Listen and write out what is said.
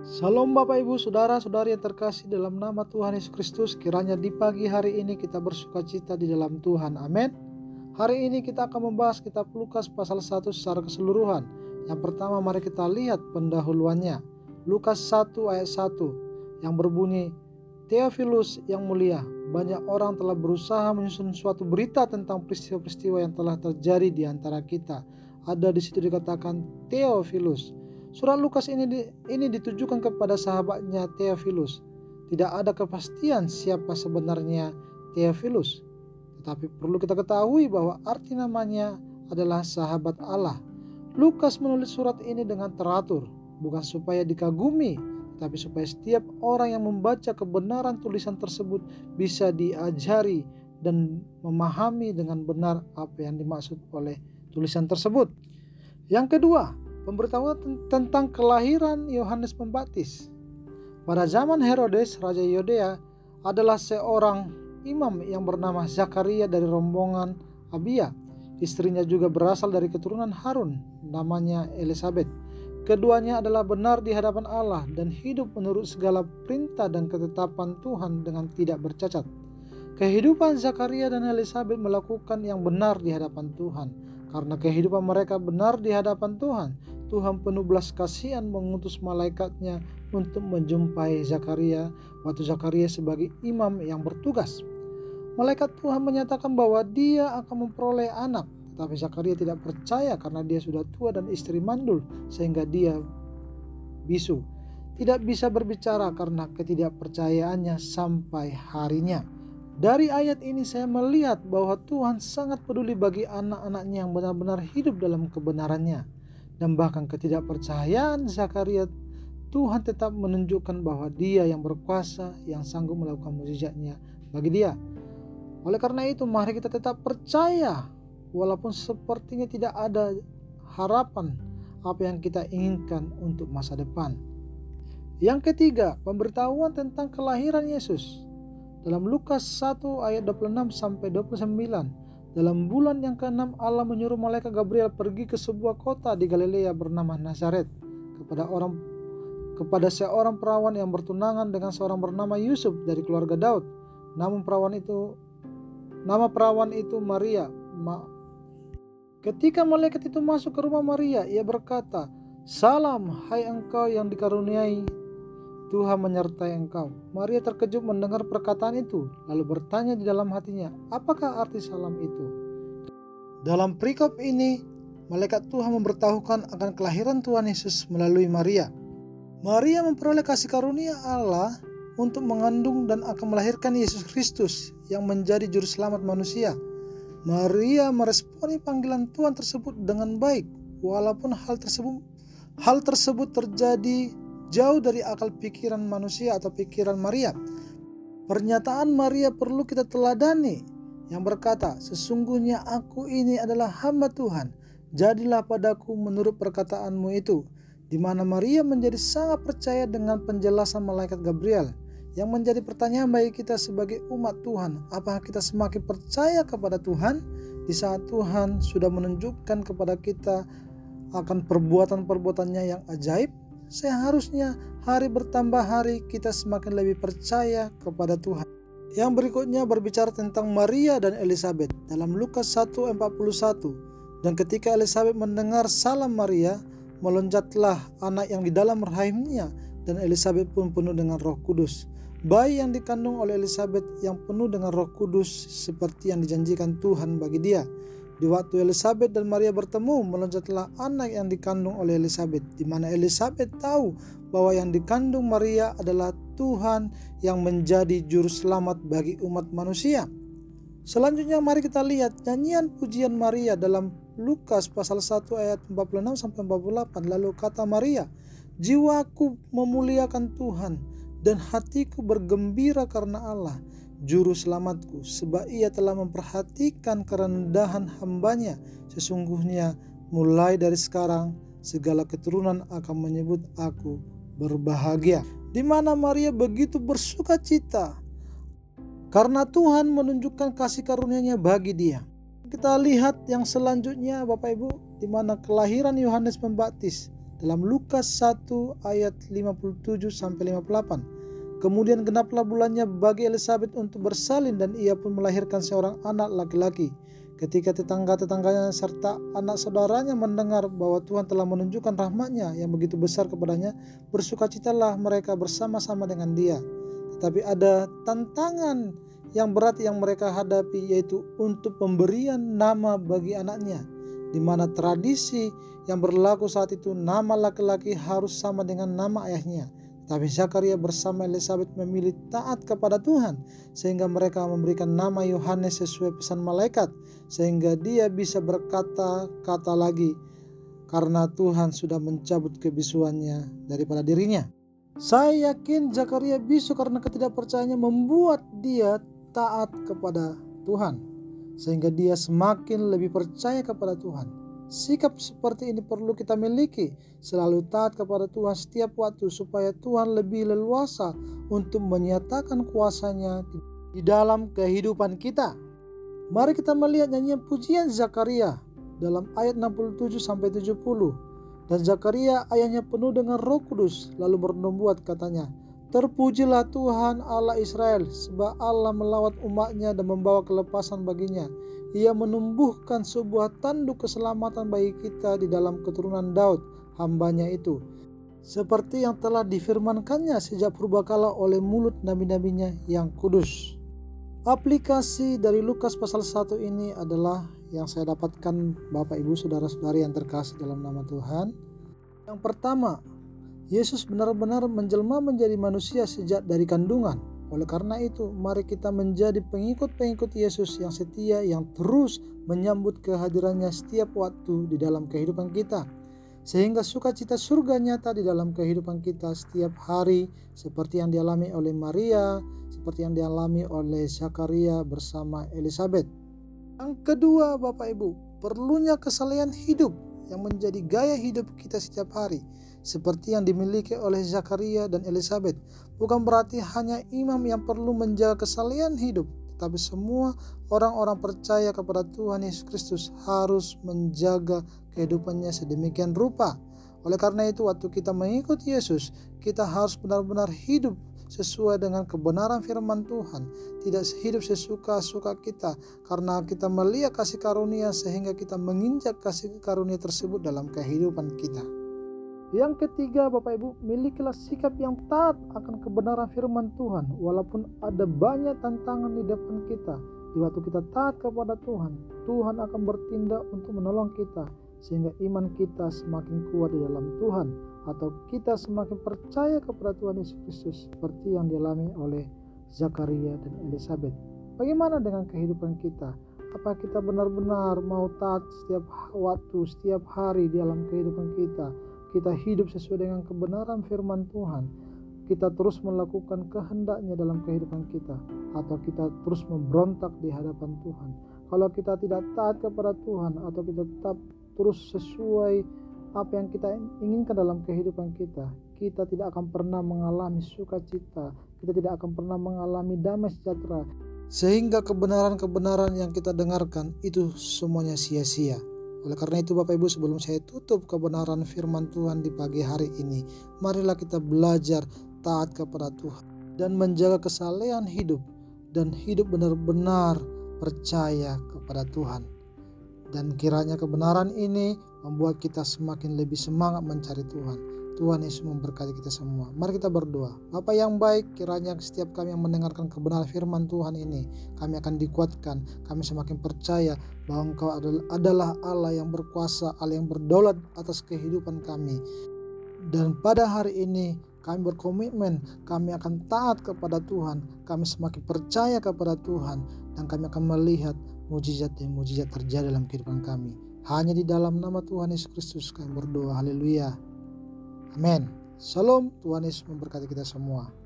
Salam Bapak Ibu Saudara-saudari yang terkasih dalam nama Tuhan Yesus Kristus. Kiranya di pagi hari ini kita bersukacita di dalam Tuhan. Amin. Hari ini kita akan membahas kitab Lukas pasal 1 secara keseluruhan. Yang pertama mari kita lihat pendahuluannya. Lukas 1 ayat 1 yang berbunyi, Theophilus yang mulia, banyak orang telah berusaha menyusun suatu berita tentang peristiwa-peristiwa yang telah terjadi di antara kita. Ada di situ dikatakan Theophilus. Surat Lukas ini ditujukan kepada sahabatnya Theophilus. Tidak ada kepastian siapa sebenarnya Theophilus. Tetapi perlu kita ketahui bahwa arti namanya adalah sahabat Allah. Lukas menulis surat ini dengan teratur, bukan supaya dikagumi, tapi supaya setiap orang yang membaca kebenaran tulisan tersebut bisa diajari dan memahami dengan benar apa yang dimaksud oleh tulisan tersebut. Yang kedua, pemberitahuan tentang kelahiran Yohanes Pembaptis. Pada zaman Herodes, Raja Yudea, adalah seorang imam yang bernama Zakaria dari rombongan Abia. Istrinya juga berasal dari keturunan Harun, namanya Elisabet. Keduanya adalah benar di hadapan Allah dan hidup menurut segala perintah dan ketetapan Tuhan dengan tidak bercacat. Kehidupan Zakaria dan Elisabet melakukan yang benar di hadapan Tuhan. Karena kehidupan mereka benar di hadapan Tuhan, Tuhan penuh belas kasihan mengutus malaikatnya untuk menjumpai Zakaria waktu Zakaria sebagai imam yang bertugas. Malaikat Tuhan menyatakan bahwa dia akan memperoleh anak, tetapi Zakaria tidak percaya karena dia sudah tua dan istri mandul sehingga dia bisu. Tidak bisa berbicara karena ketidakpercayaannya sampai harinya. Dari ayat ini saya melihat bahwa Tuhan sangat peduli bagi anak-anaknya yang benar-benar hidup dalam kebenarannya. Dan bahkan ketidakpercayaan Zakaria, Tuhan tetap menunjukkan bahwa dia yang berkuasa, yang sanggup melakukan mukjizatnya bagi dia. Oleh karena itu mari kita tetap percaya walaupun sepertinya tidak ada harapan apa yang kita inginkan untuk masa depan. Yang ketiga, pemberitahuan tentang kelahiran Yesus. Dalam Lukas 1 ayat 26 sampai 29, dalam bulan yang ke-6 Allah menyuruh malaikat Gabriel pergi ke sebuah kota di Galilea bernama Nazaret kepada seorang perawan yang bertunangan dengan seorang bernama Yusuf dari keluarga Daud. Nama perawan itu Maria. Ketika malaikat itu masuk ke rumah Maria, ia berkata, "Salam, hai engkau yang dikaruniai, Tuhan menyertai engkau." Maria terkejut mendengar perkataan itu, lalu bertanya di dalam hatinya, apakah arti salam itu? Dalam perikop ini, malaikat Tuhan memberitahukan akan kelahiran Tuhan Yesus melalui Maria. Maria memperoleh kasih karunia Allah untuk mengandung dan akan melahirkan Yesus Kristus yang menjadi juru selamat manusia. Maria meresponi panggilan Tuhan tersebut dengan baik, walaupun hal tersebut terjadi jauh dari akal pikiran manusia atau pikiran Maria. Pernyataan Maria perlu kita teladani yang berkata, "Sesungguhnya aku ini adalah hamba Tuhan, jadilah padaku menurut perkataanmu itu." Di mana Maria menjadi sangat percaya dengan penjelasan malaikat Gabriel. Yang menjadi pertanyaan bagi kita sebagai umat Tuhan, apakah kita semakin percaya kepada Tuhan di saat Tuhan sudah menunjukkan kepada kita akan perbuatan-perbuatannya yang ajaib? Seharusnya hari bertambah hari kita semakin lebih percaya kepada Tuhan. Yang berikutnya berbicara tentang Maria dan Elisabet dalam Lukas 1:41. Dan ketika Elisabet mendengar salam Maria, melonjatlah anak yang di dalam rahimnya, dan Elisabet pun penuh dengan Roh Kudus. Bayi yang dikandung oleh Elisabet yang penuh dengan Roh Kudus seperti yang dijanjikan Tuhan bagi dia. Di waktu Elisabet dan Maria bertemu, melonjatlah anak yang dikandung oleh Elisabet, di mana Elisabet tahu bahwa yang dikandung Maria adalah Tuhan yang menjadi juru selamat bagi umat manusia. Selanjutnya mari kita lihat nyanyian pujian Maria dalam Lukas pasal 1 ayat 46 sampai 48. Lalu kata Maria, "Jiwaku memuliakan Tuhan dan hatiku bergembira karena Allah, Juru Selamatku, sebab ia telah memperhatikan kerendahan hambanya. Sesungguhnya mulai dari sekarang segala keturunan akan menyebut aku berbahagia." Di mana Maria begitu bersuka cita karena Tuhan menunjukkan kasih karunia-Nya bagi dia. Kita lihat yang selanjutnya Bapak Ibu, di mana kelahiran Yohanes Pembaptis dalam Lukas 1 ayat 57 sampai 58. Kemudian genaplah bulannya bagi Elisabet untuk bersalin dan ia pun melahirkan seorang anak laki-laki. Ketika tetangga-tetangganya serta anak saudaranya mendengar bahwa Tuhan telah menunjukkan rahmat-Nya yang begitu besar kepadanya, bersukacitalah mereka bersama-sama dengan dia. Tetapi ada tantangan yang berat yang mereka hadapi, yaitu untuk pemberian nama bagi anaknya, di mana tradisi yang berlaku saat itu nama laki-laki harus sama dengan nama ayahnya. Tapi Zakaria bersama Elisabet memilih taat kepada Tuhan, sehingga mereka memberikan nama Yohanes sesuai pesan malaikat, sehingga dia bisa berkata-kata lagi karena Tuhan sudah mencabut kebisuannya daripada dirinya. Saya yakin Zakaria bisu karena ketidakpercayaannya membuat dia taat kepada Tuhan, sehingga dia semakin lebih percaya kepada Tuhan. Sikap seperti ini perlu kita miliki, selalu taat kepada Tuhan setiap waktu supaya Tuhan lebih leluasa untuk menyatakan kuasa-Nya di dalam kehidupan kita. Mari kita melihat nyanyian pujian Zakaria dalam ayat 67 sampai 70. Dan Zakaria ayahnya penuh dengan Roh Kudus lalu bernubuat katanya, "Terpujilah Tuhan Allah Israel, sebab Allah melawat umat-Nya dan membawa kelepasan baginya. Ia menumbuhkan sebuah tanduk keselamatan bagi kita di dalam keturunan Daud, hamba-Nya itu, seperti yang telah difirmankannya sejak purbakala oleh mulut nabi-nabinya yang kudus." Aplikasi dari Lukas pasal 1 ini adalah yang saya dapatkan Bapak Ibu Saudara-saudari yang terkasih dalam nama Tuhan. Yang pertama, Yesus benar-benar menjelma menjadi manusia sejak dari kandungan. Oleh karena itu, mari kita menjadi pengikut-pengikut Yesus yang setia, yang terus menyambut kehadirannya setiap waktu di dalam kehidupan kita, sehingga sukacita surga nyata di dalam kehidupan kita setiap hari, seperti yang dialami oleh Maria, seperti yang dialami oleh Zakaria bersama Elisabet. Yang kedua, Bapak Ibu, perlunya kesalehan hidup yang menjadi gaya hidup kita setiap hari, seperti yang dimiliki oleh Zakaria dan Elisabet. Bukan berarti hanya imam yang perlu menjaga kesalehan hidup, tetapi semua orang-orang percaya kepada Tuhan Yesus Kristus harus menjaga kehidupannya sedemikian rupa. Oleh karena itu, waktu kita mengikuti Yesus, kita harus benar-benar hidup sesuai dengan kebenaran firman Tuhan, tidak hidup sesuka-suka kita, karena kita melihat kasih karunia sehingga kita menginjak kasih karunia tersebut dalam kehidupan kita. Yang ketiga, Bapak Ibu, milikilah sikap yang taat akan kebenaran firman Tuhan. Walaupun ada banyak tantangan di depan kita, di waktu kita taat kepada Tuhan, Tuhan akan bertindak untuk menolong kita, sehingga iman kita semakin kuat di dalam Tuhan, atau kita semakin percaya kepada Tuhan Yesus Kristus seperti yang dialami oleh Zakaria dan Elisabet. Bagaimana dengan kehidupan kita? Apa kita benar-benar mau taat setiap waktu, setiap hari di dalam kehidupan kita? Kita hidup sesuai dengan kebenaran firman Tuhan. Kita terus melakukan kehendak-Nya dalam kehidupan kita, atau kita terus memberontak di hadapan Tuhan. Kalau kita tidak taat kepada Tuhan, atau kita tetap terus sesuai apa yang kita inginkan dalam kehidupan kita, kita tidak akan pernah mengalami sukacita, kita tidak akan pernah mengalami damai sejahtera, sehingga kebenaran-kebenaran yang kita dengarkan itu semuanya sia-sia. Oleh karena itu, Bapak Ibu, sebelum saya tutup kebenaran firman Tuhan di pagi hari ini, marilah kita belajar taat kepada Tuhan dan menjaga kesalehan hidup, dan hidup benar-benar percaya kepada Tuhan. Dan kiranya kebenaran ini membuat kita semakin lebih semangat mencari Tuhan. Tuhan Yesus memberkati kita semua. Mari kita berdoa. Bapa yang baik, kiranya setiap kami yang mendengarkan kebenaran firman Tuhan ini, kami akan dikuatkan, kami semakin percaya bahwa Engkau adalah Allah yang berkuasa, Allah yang berdaulat atas kehidupan kami. Dan pada hari ini kami berkomitmen, kami akan taat kepada Tuhan, kami semakin percaya kepada Tuhan, dan kami akan melihat mujizat dan mujizat terjadi dalam kehidupan kami. Hanya di dalam nama Tuhan Yesus Kristus kami berdoa. Haleluya. Amin. Shalom. Tuhan Yesus memberkati kita semua.